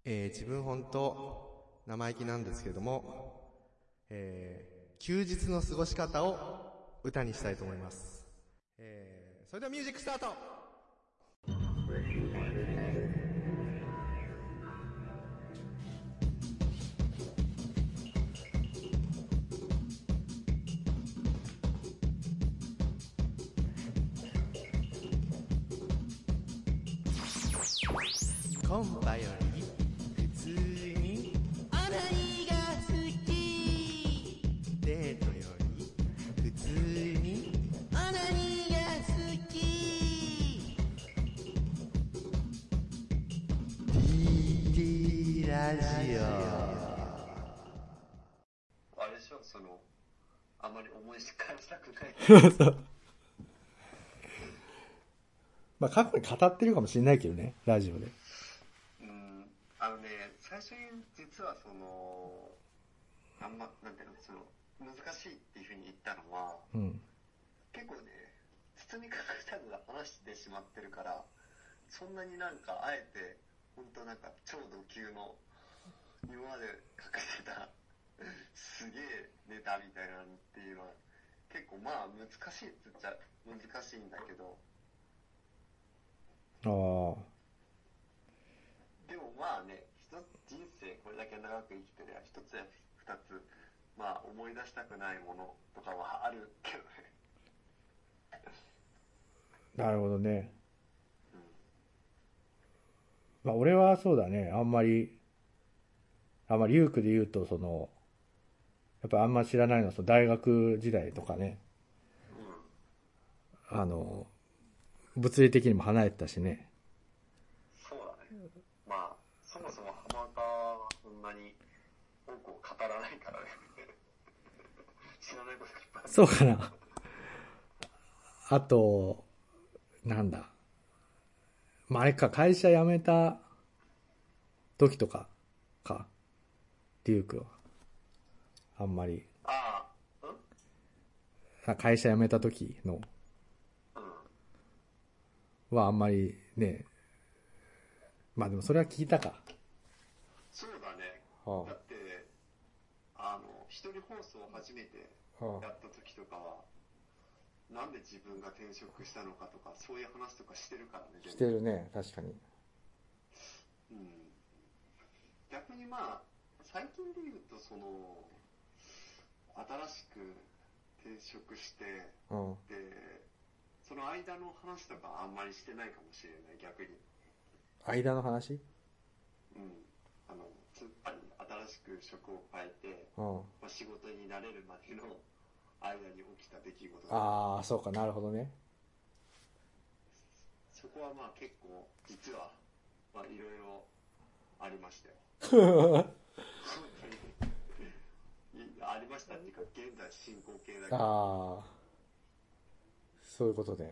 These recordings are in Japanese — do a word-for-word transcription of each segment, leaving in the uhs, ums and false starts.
えー、自分本当生意気なんですけども、えー、休日の過ごし方を歌にしたいと思います。えー、それではミュージックスタート。コンパより普通にオナニーが好き、 デートより普通にオナニーが好き、 ティーティー ラジオ。 あれでしょ、そのあまり思い返したくないそうまあ過去に語ってるかもしれないけどね、ラジオで。 うん、あのね、最初に実はそのあんまなんていうの、その難しいっていうふうに言ったのは、 うん。 結構ね、包み隠さず話してしまってるから、そんなになんかあえて本当なんか超ド級の今まで隠してたすげえネタみたいなのっていうのは結構まあ難しいっつっちゃ難しいんだけど、 ああ。 でもまあね、一つ人生これだけ長く生きてりゃ一つや二つまあ思い出したくないものとかはあるけどね。 なるほどね。 うん、 まあ俺はそうだね、あんまり、あんまりリュウクで言うと、その、やっぱあんま知らないのは、その大学時代とかね、 うん、 あの、物理的にも離れてたしね。 そうだね。まあそもそも浜岡はそんなに多くを語らないからね。知らないことがいっぱいある。 そうかな。あと、なんだ。まあ、あれか、会社辞めた時とかか。リュウクは。あんまり。 ああ、うんあ会社辞めた時のうん。 はあんまりね。まあでもそれは聞いたか。 そうだね。 はだってあの一人放送を初めてあ、はやった時とかは、なんで自分が転職したのかとかそういう話とかしてるからね。 あ、してるね、確かに。 うん、逆にまあ最近で言うとその新しく転職してうん。 でその間の話とかあんまりしてないかもしれない、逆に。 間の話？ うん、あのつあ新しく職を変えて、 うん。 まあ、仕事に慣れるまでの間に起きた出来事とか、 ああ、そうか、なるほどね。 そこはまあ結構実はまあいろいろありましたよ。ありましたっていうか現在進行形だけど。 ああ、そういうことね。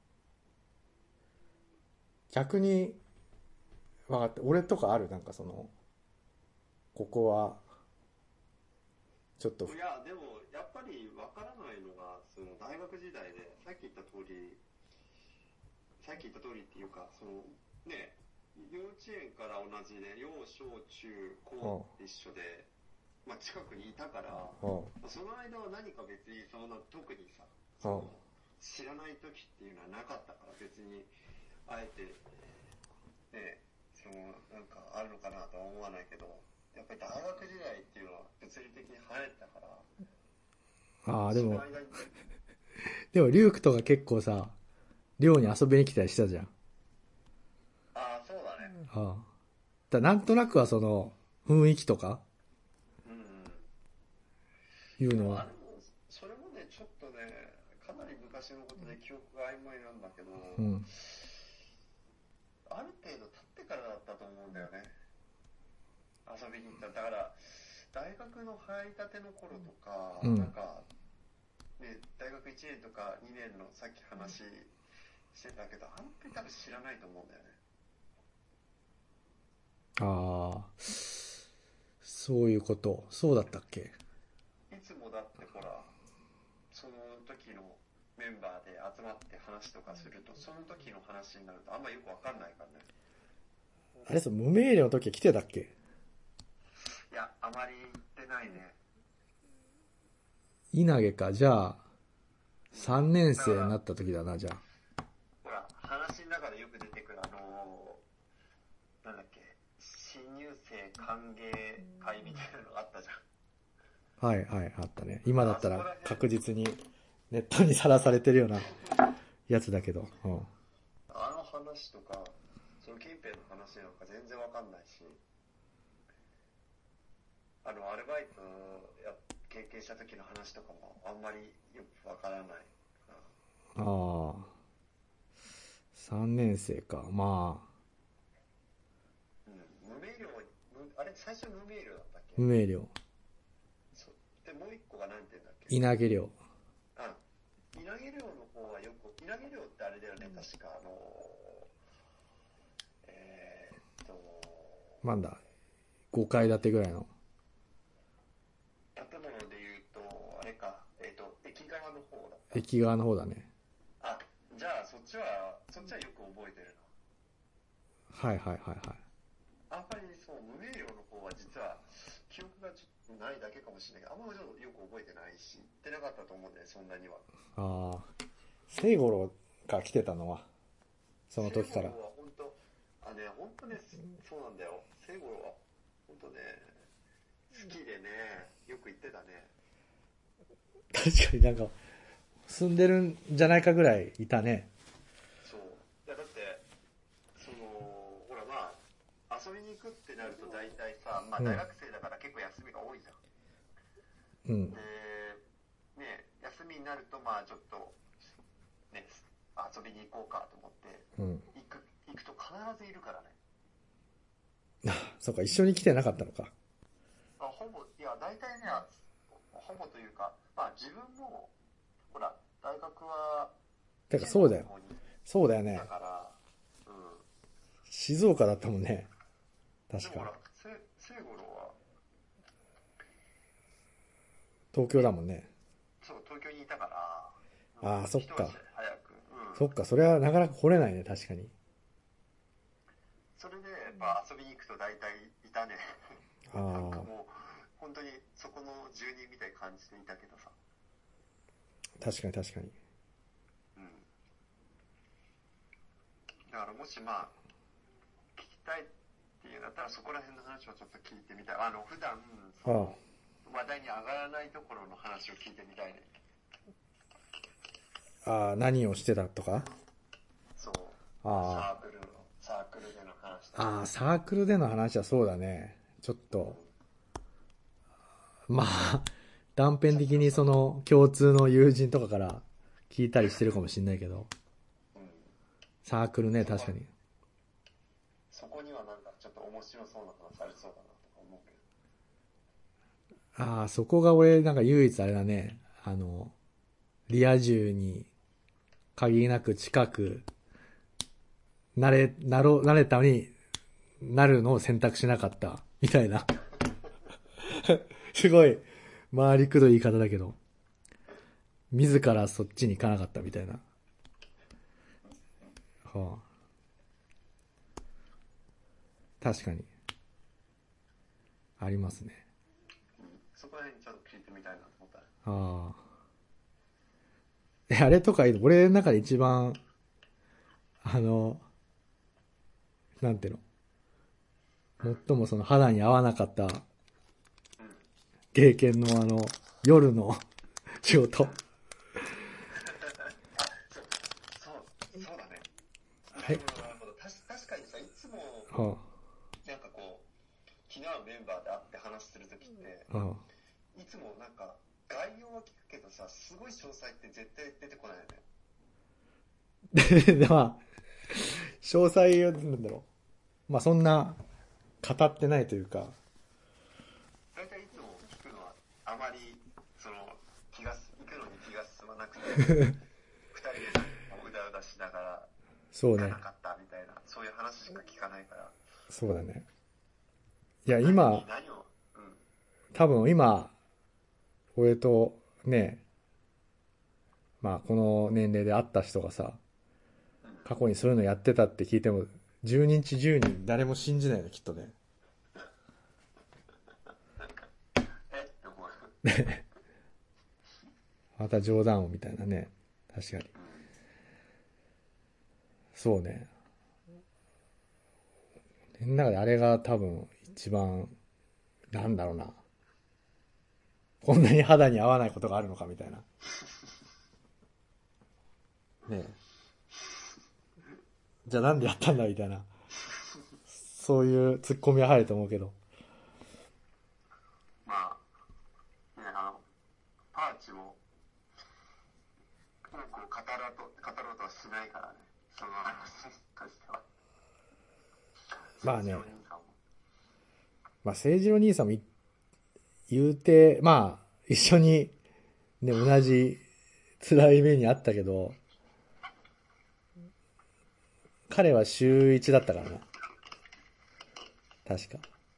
逆に、分かった。俺とかある？なんかその、ここは、ちょっと、 いやでもやっぱりわからないのがその大学時代でさっき言った通りさっき言った通りっていうか、そのね、幼稚園から同じで幼小中高って一緒で、まあ、近くにいたから、 うん。 その間は何か別にそんな特にさ、 うん。 知らない時っていうのはなかったから、別にあえてね、そのなんかあるのかなとは思わないけど、やっぱり大学時代っていうのは物理的に流行ったから、 ああ、でもその、間にでも、リュウクとか結構さ、寮に遊びに来たりしたじゃん。 ああそうだね。 ああ。だなんとなくはその、雰囲気とか、 うんうん。 いうのは、 あれもそれもねちょっとねかなり昔のことで記憶が曖昧なんだけど、 うん。 ある程度経ってからだったと思うんだよね、遊びに行った。だから大学の入りたての頃とか、 うんなんかね大学いちねんとかにねんのさっき話してたけど、あんまり多分知らないと思うんだよね。 ああ、そういうこと。そうだったっけ？ いつもだってほらその時のメンバーで集まって話とかすると、その時の話になるとあんまよくわかんないからね。 あれ、そう、無名誉の時は来てたっけ？ いや、あまり行ってないね。 稲毛か。じゃあ、さんねん生になった時だな、じゃほら、話の中でよく出てくる、あのー、なんだっけ、新入生歓迎会みたいなのがあったじゃん。 あ。はいはい、あったね。今だったら確実にネットにさらされてるようなやつだけど。うん。 あの話とか、その近辺の話なんか全然わかんないし、あの、アルバイトや経験した時の話とかもあんまりよくわからない。 ああ。さんねん生か。まあ。 うん、無名誉、無あれ、最初無名誉だったっけ？ 無名誉。 そうで、もう一個が何て言うんだっけ？ 稲毛寮。 あ、稲毛寮の方はよく、稲毛寮ってあれだよね、確か、あのー、えー、っと、 なんだ。ごかい建てぐらいの。 建物で言うと、あれか、えー、っと、駅側の方だった。 駅側の方だね。 あ、じゃあそっちは、そっちはよく覚えてるはいはいはいはい。 な。あんまりそう、無名誉の方は実は、記憶がちょっとないだけかもしれないけど、あんまりよく覚えてないし、行ってなかったと思うんだよね、そんなには。 ああ。聖五郎が来てたのは、その時から。 聖五郎は本当、あね、本当ね、そうなんだよ。聖五郎は、本当ね、好きでね、よく行ってたね。 確かになんか、住んでるんじゃないかぐらいいたね。 そう。いや、だって、その、ほらまあ、遊びに行くってなると大体さ、まあ大学生だから結構休みが多いじゃん。 うん。 で、ね、休みになるとまあちょっと、ね、遊びに行こうかと思って、 うん。 行く、行くと必ずいるからね。 あ、そっか、一緒に来てなかったのか。 あ、ほぼ、いや、大体ね、ほぼというか、まあ自分も、ほら、大学は、 てかそうだよ。そうだよねだ。から、うん。 静岡だったもんね。確か。 でもほら、せ聖五郎は、 東京だもんね。 そう、東京にいたから、 ああ、そっか。 一足早く、うん。 そっか、それはなかなか来れないね、確かに。 それで、やっぱ遊びに行くと大体いたね。 ああ。 なんかもう、本当にそこの住人みたいな感じでいたけどさ。 確かに確かに。 うん。だからもしまあ、聞きたいっていうんだったらそこら辺の話をちょっと聞いてみたい。あの、普段、その話題に上がらないところの話を聞いてみたいね。 ああ、何をしてたとか？ そう。 あサークルの、サークルでの話とあ。 か。 ああ、サークルでの話はそうだね。ちょっと、まあ、断片的にその共通の友人とかから聞いたりしてるかもしれないけど。 うん。 サークルね、確かに。 そこにはなんかちょっと面白そうな話ありそうだなとか思うけど。 ああ、そこが俺なんか唯一あれだね。あの、リア充に限りなく近く、なれ、なろ、なれたのになるのを選択しなかった、みたいな。すごい、回りくどい言い方だけど、自らそっちに行かなかったみたいな。はあ、確かに。ありますね。 うん。そこら辺ちょっと聞いてみたいなと思った。 ああ。え、あれとか、俺の中で一番、あの、なんていうの、最もその肌に合わなかった経験のあの、夜の仕事。 あ、そう、そう、そうだね。 はい。 なるほど。たし確かにさ、いつも、 はなんかこう、気の合うメンバーで会って話するときって、 あ、はあ、 いつもなんか、概要は聞くけどさ、すごい詳細って絶対出てこないよね。 で、まあ、詳細を、なんだろう。まあ、そんな、語ってないというか。 大体いつも聞くのは、あまり、その、気がす、行くのに気が進まなくて、二人でうだうだしながら、 そうね行かな。かったみたいな、そういう話しか聞かないから。 そうだね。いや、今、 何を、うん。 多分今、俺とね、まあこの年齢で会った人がさ、過去にそういうのやってたって聞いてもじゅうにんちじゅうにん誰も信じないのきっとね。 えって思う。 また冗談をみたいなね。確かに。そうね。の中であれが多分一番、なんだろうな。こんなに肌に合わないことがあるのかみたいな。ねえ。じゃあなんでやったんだみたいな。そういうツッコミは入ると思うけど。 まあ、ね、あの、パーチも、多くを語ろうと、語ろうとはしないからね。その話に関しては。 まあね。まあ、政治の兄さんも言うて、まあ、一緒に、ね、同じ辛い目にあったけど、彼は週一だったからな。確か。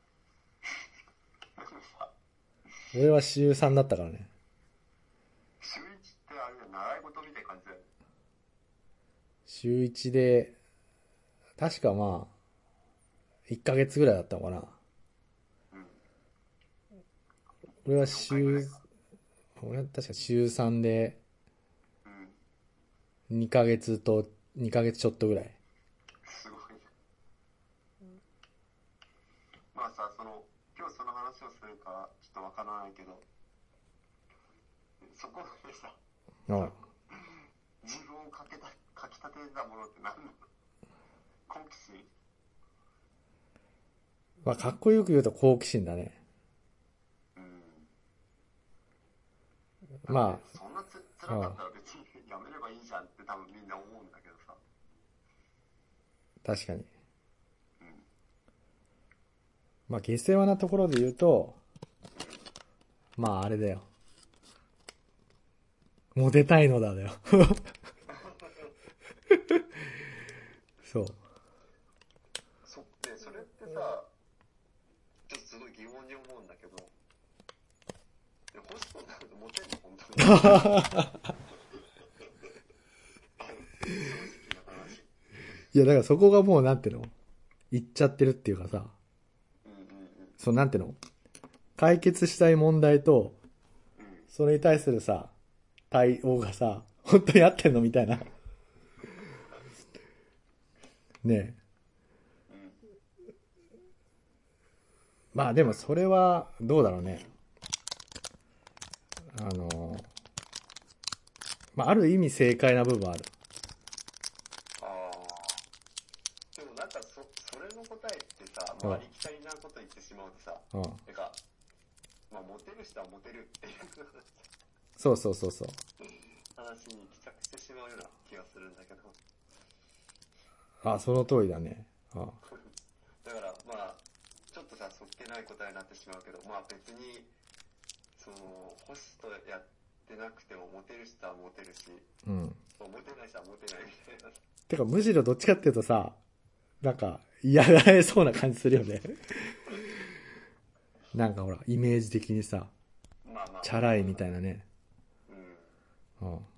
俺は週三だったからね。 週一ってあれだ、習い事みたいな感じだよね。 週一で、確かまあ、いっかげつぐらいだったのかな。 うん。 俺は週、俺は確か週さんで、にかげつと、にかげつちょっとぐらい。 すごいね。まあさ、その、今日その話をするか、ちょっとわからないけど、そこでさ、 ああ自分をかけた、かき立てたものって何なの？好奇心？ まあ、かっこよく言うと好奇心だね。 うん。 まあ、 そんなつ辛かったら別にやめればいいじゃんって多分みんな思うんだけどさ。 確かに。 うん。 まあ、下世話なところで言うと、まあ、あれだよ。モテたいのだだよ。そう。 そってそれってさ、ちょっとすごい疑問に思うんだけど、ホストになるとモテるの本当に？正直な話。 いや、だからそこがもうなんていうの言っちゃってるっていうかさ、 うんうんうん。 そうなんていうの解決したい問題と、 うん。 それに対するさ、対応がさ、本当に合ってんのみたいな。ねえ。 うん。 まあでもそれはどうだろうね。あの、まあある意味正解な部分ある。 ああ。でもなんかそ、それの答えってさ、 うんまあ、ありきたりなこと言ってしまうとさ、 うん。 てか、まあ、モテる人はモテるっていうそうそうそうそう。 話に帰着してしまうような気がするんだけど。 あ、その通りだね。あだからまあ、ちょっとさ、そっけない答えになってしまうけど、まあ別に、その、ホストやってなくてもモテる人はモテるし、 うん。 モテない人はモテないみたいな。 てかむしろどっちかっていうとさ、なんか嫌がられそうな感じするよね。なんかほら、イメージ的にさ、 まあまあ。 チャラいみたいなね。 うん。 うん。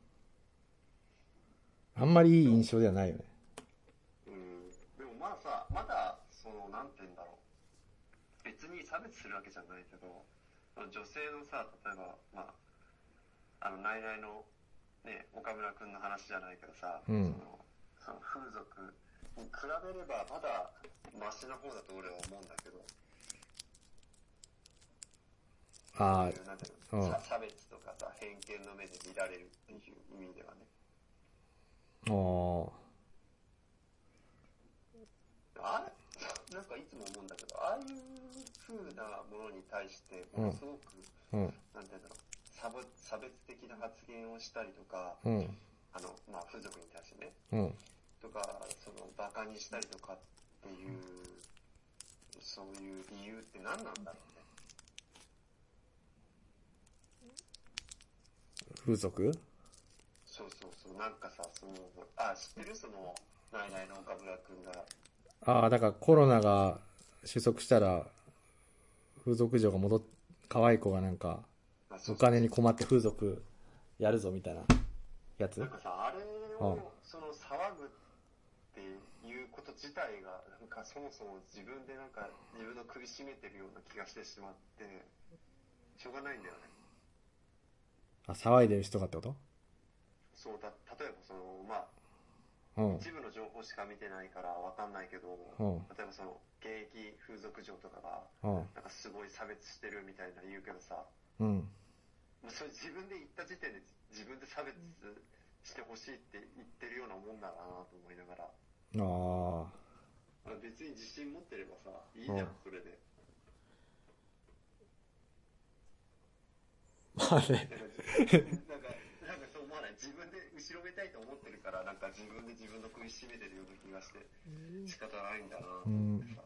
あんまりいい印象ではないよね。 うん。でもまあさ、まだ、その、なんて言うんだろう。別に差別するわけじゃないけど、女性のさ、例えば、まあ、あの、ナイナイの、ね、岡村くんの話じゃないけどさ、 うんその、その風俗に比べればまだマシな方だと俺は思うんだけど、 あそういうなんていうあ、うん。 のさ差別とかさ、偏見の目で見られるっていう意味ではね。 ああれなんかいつも思うんだけど、ああいう風なものに対してものすごく、 あ、うん。 なんていうんだろう、差別差別的な発言をしたりとか、 うん。 あの、まあ、風俗に対してね、 うん。 とか、その、馬鹿にしたりとかっていう、そういう理由って何なんだろうね。 風俗？ そうそうそう、なんかさ、その、あ、知ってるその、ナイナイの岡村くんが、 ああ、だからコロナが収束したら、風俗嬢が戻っ、可愛い子がなんか、 あそうそうお金に困って風俗やるぞみたいなやつ？ なんかさ、あれうんを、その、騒ぐっていうこと自体がなんかそもそも自分でなんか自分の首絞めてるような気がしてしまってしょうがないんだよね。 あ、騒いでる人がってこと？ そうだ、例えばそのまあ、 うん。 一部の情報しか見てないからわかんないけど、 うん例えばその現役風俗嬢とかがうん。 なんかすごい差別してるみたいな言うけどさ、 うん。 もうそれ自分で言った時点で自分で差別してほしいって言ってるようなもんだなと思いながら、 ああ。 別に自信持ってればさいいじゃん、 うんそれで。 まあね。 なんかなんかそう思わない？自分で後ろめたいと思ってるからなんか自分で自分の首絞めてるような気がして仕方ないんだなと思ってさ、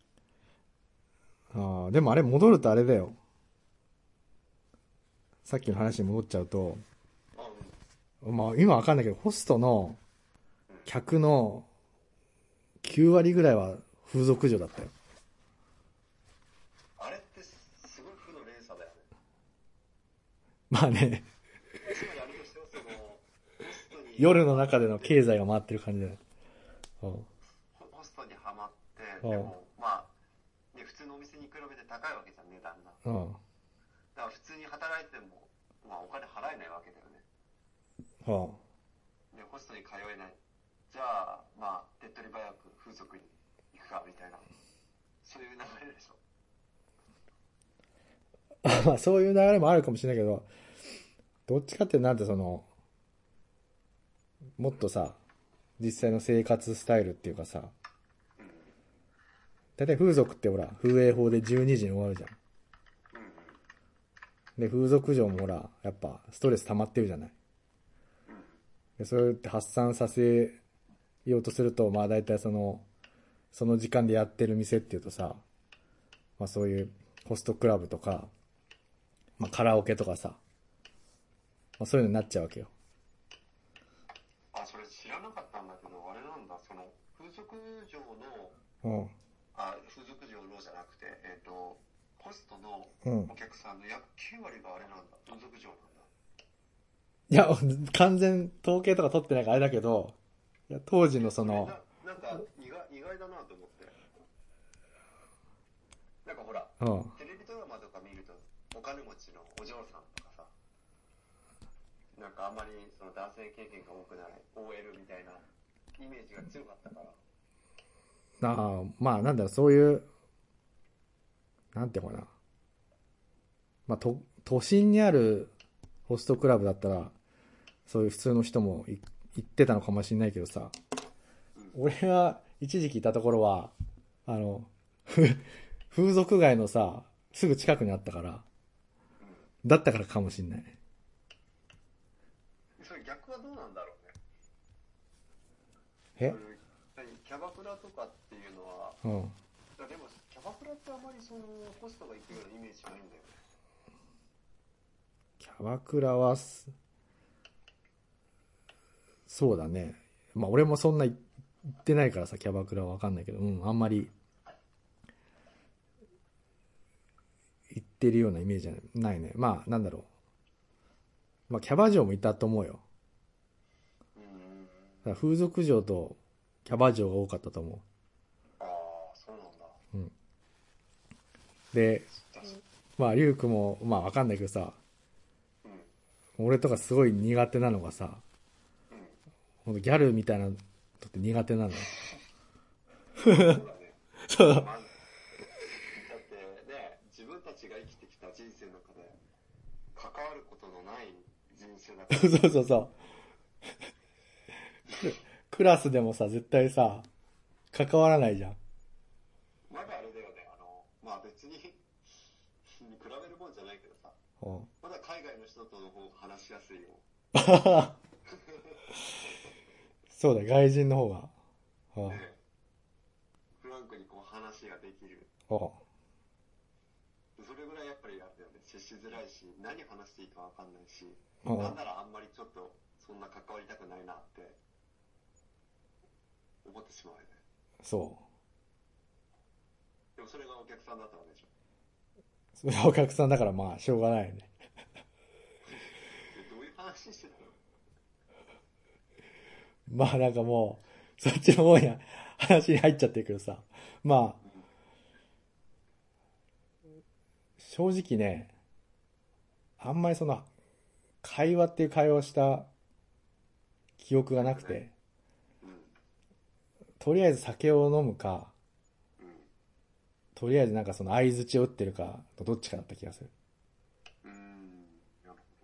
ああ、でもあれ戻るとあれだよ。さっきの話に戻っちゃうと、 あ、うん、 まあ今わかんないけど、ホストの客のきゅうわりぐらいは風俗嬢だったよ。 あれってすごい負の連鎖だよね。 まあね、 つまりあれとしてはそのホストに夜の中での経済が回ってる感じだよ。うんホストにはまってうんでもまあ、ね、普通のお店に比べて高いわけじゃん、値段が。 うん。 だから普通に働いても、まあ、お金払えないわけだよね。 はでホストに通えない。じゃあまあ手っ取り早く風俗に行くかみたいな、そういう流れでしょ。 あ、まあそういう流れもあるかもしれないけど、どっちかってなんてその、もっとさ、実際の生活スタイルっていうかさ、だいたい風俗ってほら、風営法でじゅうにじに終わるじゃん。で、風俗嬢もほら、やっぱストレス溜まってるじゃない。で、それって発散させようとすると、まあ大体その、その時間でやってる店っていうとさ、まあそういうホストクラブとか、まあカラオケとかさ、まあそういうのになっちゃうわけよ。 あ、それ知らなかったんだけど、あれなんだ、その風俗嬢の、 うん。 あ、風俗嬢のじゃなくて、えっ、と、ホストのうんお客さんの約きゅうわりがあれなんだ、風俗嬢なんだ。 いや、完全統計とか取ってないからあれだけど、いや当時のその、 ななんか意外、意外だなと思って。なんかほら、 うん。 テレビドラマとか見ると、お金持ちのお嬢さんとかさ、なんかあんまりその男性経験が多くない オーエル みたいなイメージが強かったから。 ああ、まあなんだろう、そういう、なんていうのかな。まあ都、都心にあるホストクラブだったら、そういう普通の人もい行ってたのかもしれないけどさ、俺が一時期いたところは、あの、ふ風俗街のさ、すぐ近くにあったから、だったからかもしれない。 それ逆はどうなんだろうね。 え何キャバクラとかっていうのは、 うん。 でもキャバクラってあまりそのホストが行くようなイメージないんだよね。 キャバクラはす、そうだね。まあ俺もそんな行ってないからさ、キャバクラはわかんないけど、うん、あんまり、行ってるようなイメージじゃないね。まあ、なんだろう。まあ、キャバ嬢もいたと思うよ。 うーん。 だから風俗嬢とキャバ嬢が多かったと思ああ、そうなんだ。 う。うん。で、まあ、リュウクも、まあ、わかんないけどさ、 うん。 俺とかすごい苦手なのがさ、 うん。 ほんとギャルみたいなのって苦手なのよ。 そうだね。 そう。 まあだってね、自分たちが生きてきた人生の中で関わることのない人生だからそうそうそう。クラスでもさ、絶対さ、関わらないじゃん。 まだあれだよね、あのまあ別に比べるもんじゃないけどさ、 うん。 まだ海外の人との方が話しやすいよ。 そうだ、外人の方が。あね、フランクにこう話ができる。 あ。 それぐらいやっぱりあれだよね、接しづらいし、何話していいかわかんないし、 ああなんならあんまりちょっとそんな関わりたくないなって思ってしまうよね。 そでもそれがお客さんだったわけでしょ。 う。それはお客さんだからまあ、しょうがないよね。 でどういう話してたの？ まあなんかもう、そっちの方に話に入っちゃってるけどさ。まあ、正直ね、あんまりその、会話っていう会話をした記憶がなくて、とりあえず酒を飲むか、とりあえずなんかその相槌を打ってるか、どっちかだった気がする。 うーん、なるほ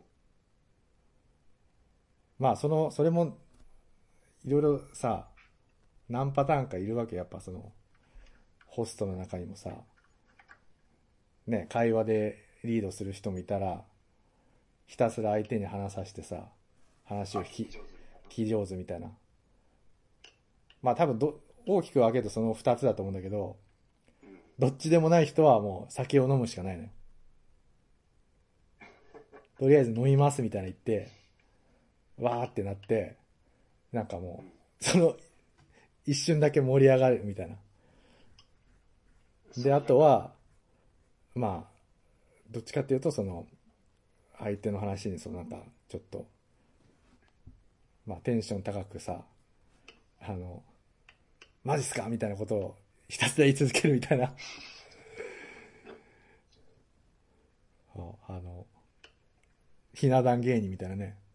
まあ、その、それも、いろいろさ、何パターンかいるわけ。やっぱその、ホストの中にもさ、ね、会話でリードする人もいたら、ひたすら相手に話させてさ、話を聞き、聞き上手みたいな。まあ多分ど、大きく分けるとその二つだと思うんだけど、どっちでもない人はもう酒を飲むしかないのよ。とりあえず飲みますみたいな言って、わーってなって、なんかもう、その、一瞬だけ盛り上がるみたいな。で、あとは、まあ、どっちかっていうと、その、相手の話に、そのなんか、ちょっと、まあ、テンション高くさ、あの、マジっすかみたいなことをひたすら言い続けるみたいな。あの、ひな壇芸人みたいなね、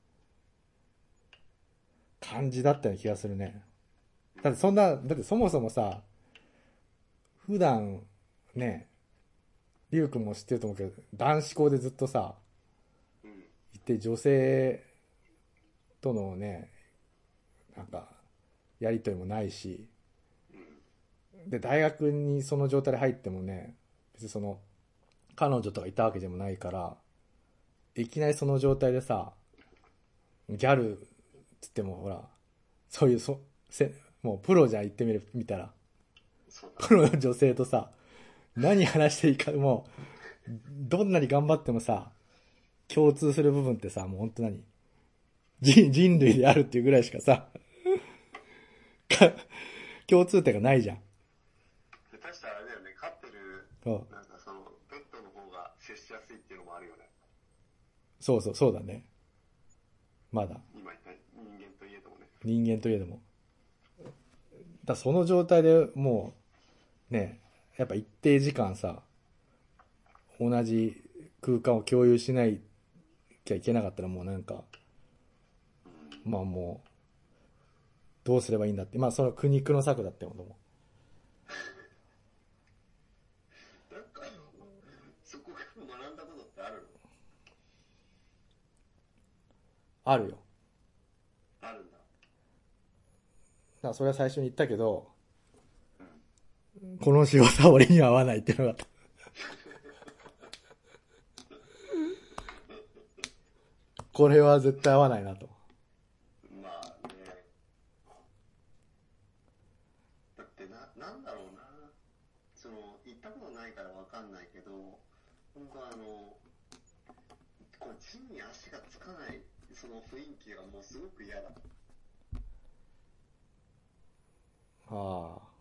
感じだったような気がするね。だってそんな、だってそもそもさ、普段、ね、リュウ君も知ってると思うけど、男子校でずっとさ、いて女性とのね、なんか、やりとりもないし、で、大学にその状態で入ってもね、別にその、彼女とかいたわけでもないから、いきなりその状態でさ、ギャルって言ってもほら、そういうそ、せ、もうプロじゃん言ってみる、見たら。プロの女性とさ、何話していいか、もう、どんなに頑張ってもさ、共通する部分ってさ、もう本当何人、人類であるっていうぐらいしかさ、共通点がないじゃん。 下手したらあれだよね、飼ってる、 そうなんかその、ペットの方が接しやすいっていうのもあるよね。 そうそう、そうだね。まだ。 今言った人間といえどもね。 人間といえども。だその状態でもう、ね、やっぱ一定時間さ、同じ空間を共有しないきゃいけなかったらもうなんか、まあもう、どうすればいいんだって。まあその苦肉の策だってことも。 なんか、そこから学んだことってあるの？ あるよ。 あるんだ。 だからそれは最初に言ったけど、この仕事は俺には合わないっていうのがあった。これは絶対合わないなと。 まあね。だってな、なんだろうな。その、行ったことないからわかんないけど、本当あの、こう地に足がつかない、その雰囲気がもうすごく嫌だ。 ああ。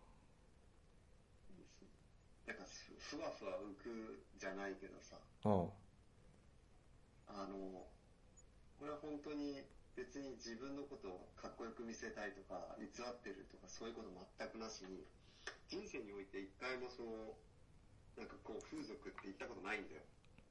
なんかふわふわ浮くじゃないけどさ、 うん。 あの、これは本当に別に自分のことをかっこよく見せたいとか偽ってるとかそういうこと全くなしに、人生において一回もそのなんかこう風俗って言ったことないんだよ。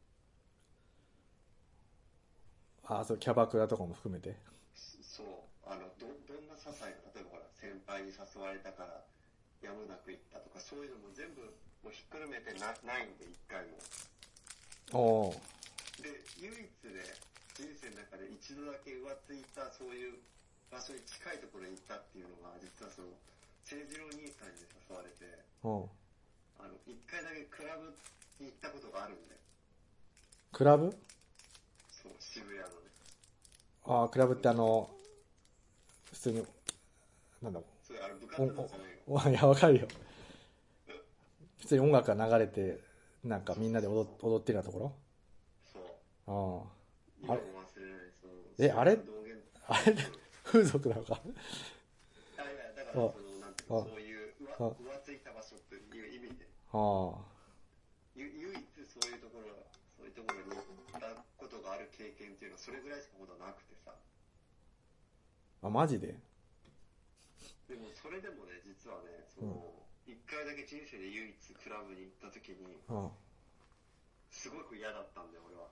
ああ、そう、キャバクラとかも含めて。 そう、あのどどんな些細な、例えばほら先輩に誘われたからやむなく行ったとかそういうのも全部もうひっくるめて な, ないんで一回も。 おお。 で唯一で人生の中で一度だけ浮ついたそういう場所に近いところに行ったっていうのが実はその清次郎兄さんに誘われて、 うん。 あの一回だけクラブに行ったことがあるんで。 クラブ？ そう、渋谷のね。 ああ、クラブってあの、普通に、なんだろう。 それあれ部活なんじゃないよ。 おおいや、わかるよ。普通に音楽が流れて、なんかみんなで踊踊ってるようなところ？ そう。 ああ。 今も忘れない、その、 え、あれ道元あれ風俗なのか？ あ、いや、だからその、なんていうの、そういうあ浮浮ついた場所っていう意味で、 ああ。 ゆ唯一そういうところ、そういうところに行ったことがある経験っていうのはそれぐらいしかことなくてさ。 あ、マジで？ でもそれでもね、実はね、その、一、うん、回だけ人生で唯一クラブに行った時に、うん、すごく嫌だったんだよ、俺は。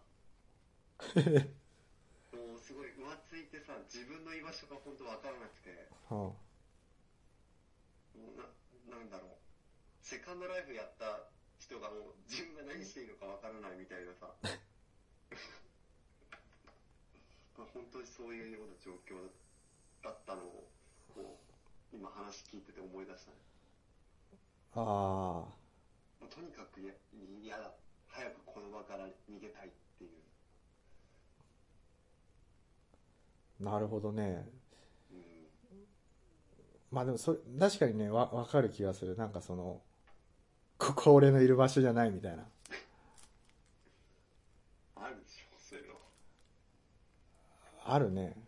もうすごい浮ついてさ、自分の居場所が本当わからなくて、はあ、もうな、なんだろう、セカンドライフやった人がもう自分が何していいのかわからないみたいなさ、本当にそういうような状況だったのを、こう今話聞いてて思い出したね。 ああ。とにかく嫌だ、早くこの場から逃げたいっていう。 なるほどね。うん、まあでもそれ確かにね、わ分かる気がする。なんかそのここ俺のいる場所じゃないみたいな。 あるでしょ、そういうの。 あるね。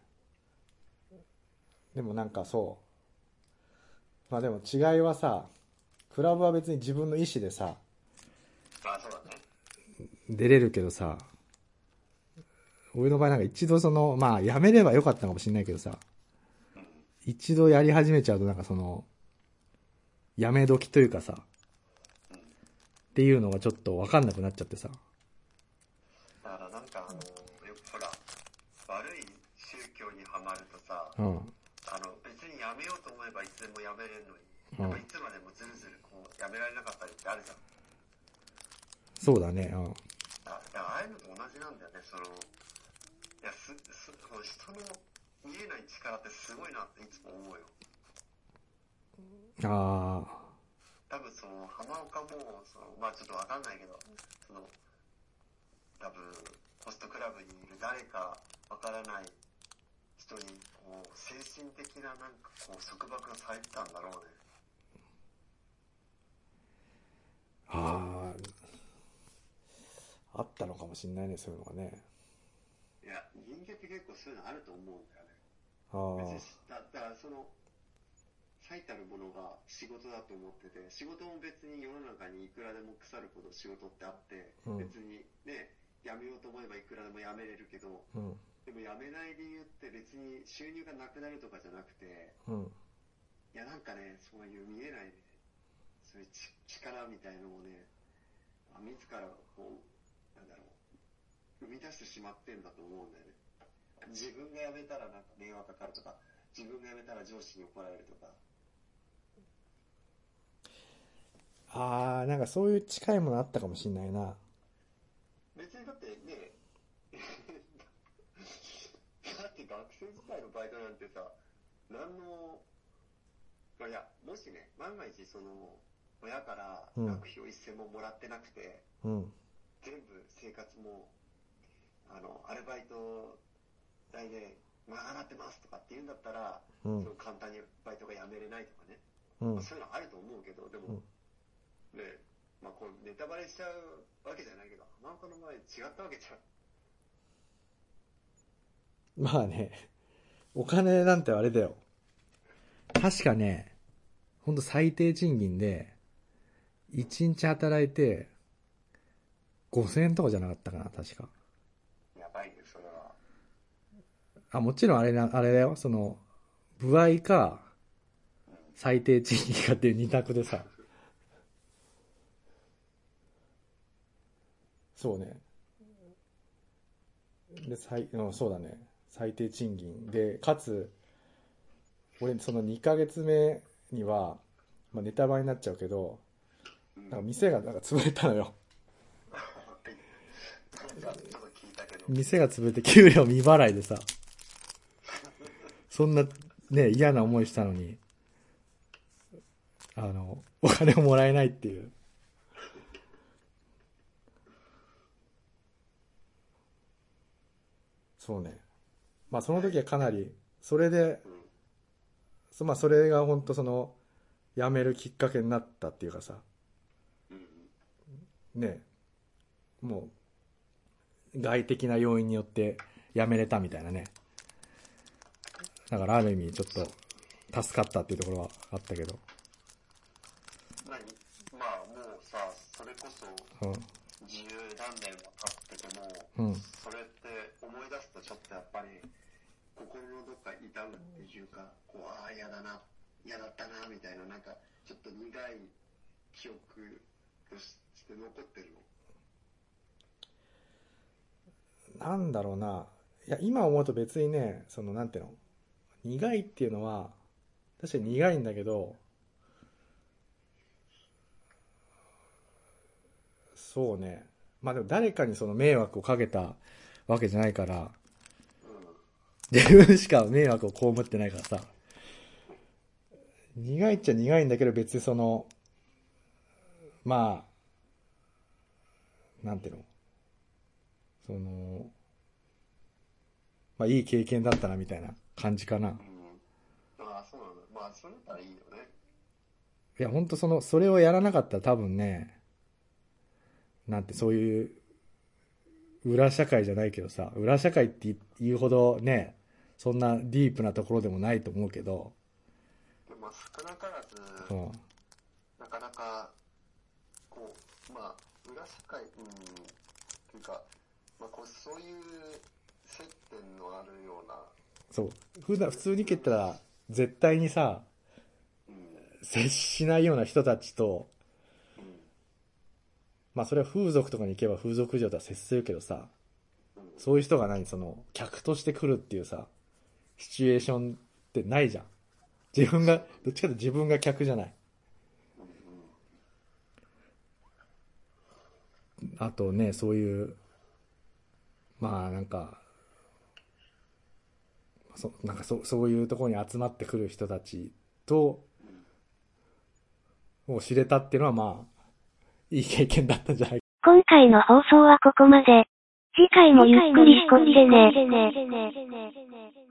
でもなんかそう。まあでも違いはさ、クラブは別に自分の意思でさ、 あ、そうだね。 出れるけどさ、俺の場合なんか一度その、まあやめればよかったのかもしれないけどさ、うん、一度やり始めちゃうとなんかその、やめ時というかさ、うん、っていうのがちょっとわかんなくなっちゃってさ。 だからなんかあの、よくほら、悪い宗教にはまるとさ、うん、あの別にやめようと思えばいつでもやめれるのに、うん、やっぱいつまでもずるずるこうやめられなかったりってあるじゃん。 そうだね。うん。 あ、ああいうのと同じなんだよね。その、いや、す、す、人の見えない力ってすごいなっていつも思うよ。 ああ。 多分その浜岡もその、まあちょっとわかんないけど、その多分ホストクラブにいる誰かわからない人にこう精神的ななんかこう束縛がされてたんだろうね。 ああ、あったのかもしれないね、そういうのがね。 いや、人間って結構そういうのあると思うんだよね。ああ。別にだ、だからその最たるものが仕事だと思ってて、仕事も別に世の中にいくらでも腐るほど仕事ってあって、うん、別にね、辞めようと思えばいくらでも辞めれるけど、うん、でも辞めない理由って別に収入がなくなるとかじゃなくて、うん、いやなんかね、そういう見えない、ね、そういう力みたいのをね、自らこう、なんだろう、生み出してしまってんだと思うんだよね。自分が辞めたらなんか迷惑かかるとか、自分が辞めたら上司に怒られるとか。 あー、なんかそういう近いものあったかもしんないな。 別にだってね、だって学生時代のバイトなんてさ、何の、いや、もしね、万が一その、親から学費を一銭ももらってなくて、うん、全部生活も、あの、アルバイト代で賄ってますとかって言うんだったら、うん、その簡単にバイトが辞めれないとかね、うんまあ、そういうのあると思うけど、でも、うんね、まあこうネタバレしちゃうわけじゃないけど、浜岡の場合違ったわけじゃん。まあね、お金なんてあれだよ。確かね、ほんと最低賃金で、いちにち働いて、ごせんえんとかじゃなかったかな、確か。 やばいね、それは。 あ、もちろんあれな、あれだよ、その、歩合か、最低賃金かっていう二択でさ。そうね。で、最、うん、そうだね。最低賃金。で、かつ、俺、そのにかげつめには、まあ、ネタバレになっちゃうけど、なんか店がなんか潰れたのよ。店が潰れて給料未払いでさ、そんなね、嫌な思いしたのに、あの、お金をもらえないっていう。そうね。まあその時はかなり、それで、そまあそれが本当その、辞めるきっかけになったっていうかさ、ね、もう、外的な要因によって辞めれたみたいなね。だからある意味ちょっと助かったっていうところはあったけど。 何まあもうさ、それこそ、十何年も経ってても、うん、それって思い出すとちょっとやっぱり、心のどっか痛むっていうか、こう、ああ、嫌だなっ嫌だったなみたいな、なんかちょっと苦い記憶として残ってるの？ なんだろうな。いや、今思うと別にね、その、なんていうの、苦いっていうのは、確かに苦いんだけど、そうね。まあでも誰かにその迷惑をかけたわけじゃないから、自分しか迷惑を被ってないからさ。苦いっちゃ苦いんだけど別にその、まあ、なんていうの、その、まあいい経験だったなみたいな感じかな。 うん。ああ、そうなんだ。まあ、それだったらいいよね。 いや、ほんとその、それをやらなかったら多分ね、なんてそういう、裏社会じゃないけどさ、裏社会って言うほどね、そんなディープなところでもないと思うけど、 でも少なからず、 うん、 なかなか、こう、まあ、裏社会、うん、っていうか、まあ、こう、そういう接点のあるような、 そう、普段、普通に蹴ったら、絶対にさ、 うん、 接しないような人たちと、 うん、 まあそれは風俗とかに行けば風俗嬢とは接するけどさ、 うん、 そういう人が何、その、客として来るっていうさ、シチュエーションってないじゃん。自分が、どっちかというと自分が客じゃない。あとね、そういう、まあなんか、そなんかそそういうところに集まってくる人たちと、を知れたっていうのはまあ、いい経験だったんじゃないか。 今回の放送はここまで。次回もゆっくりしこってね。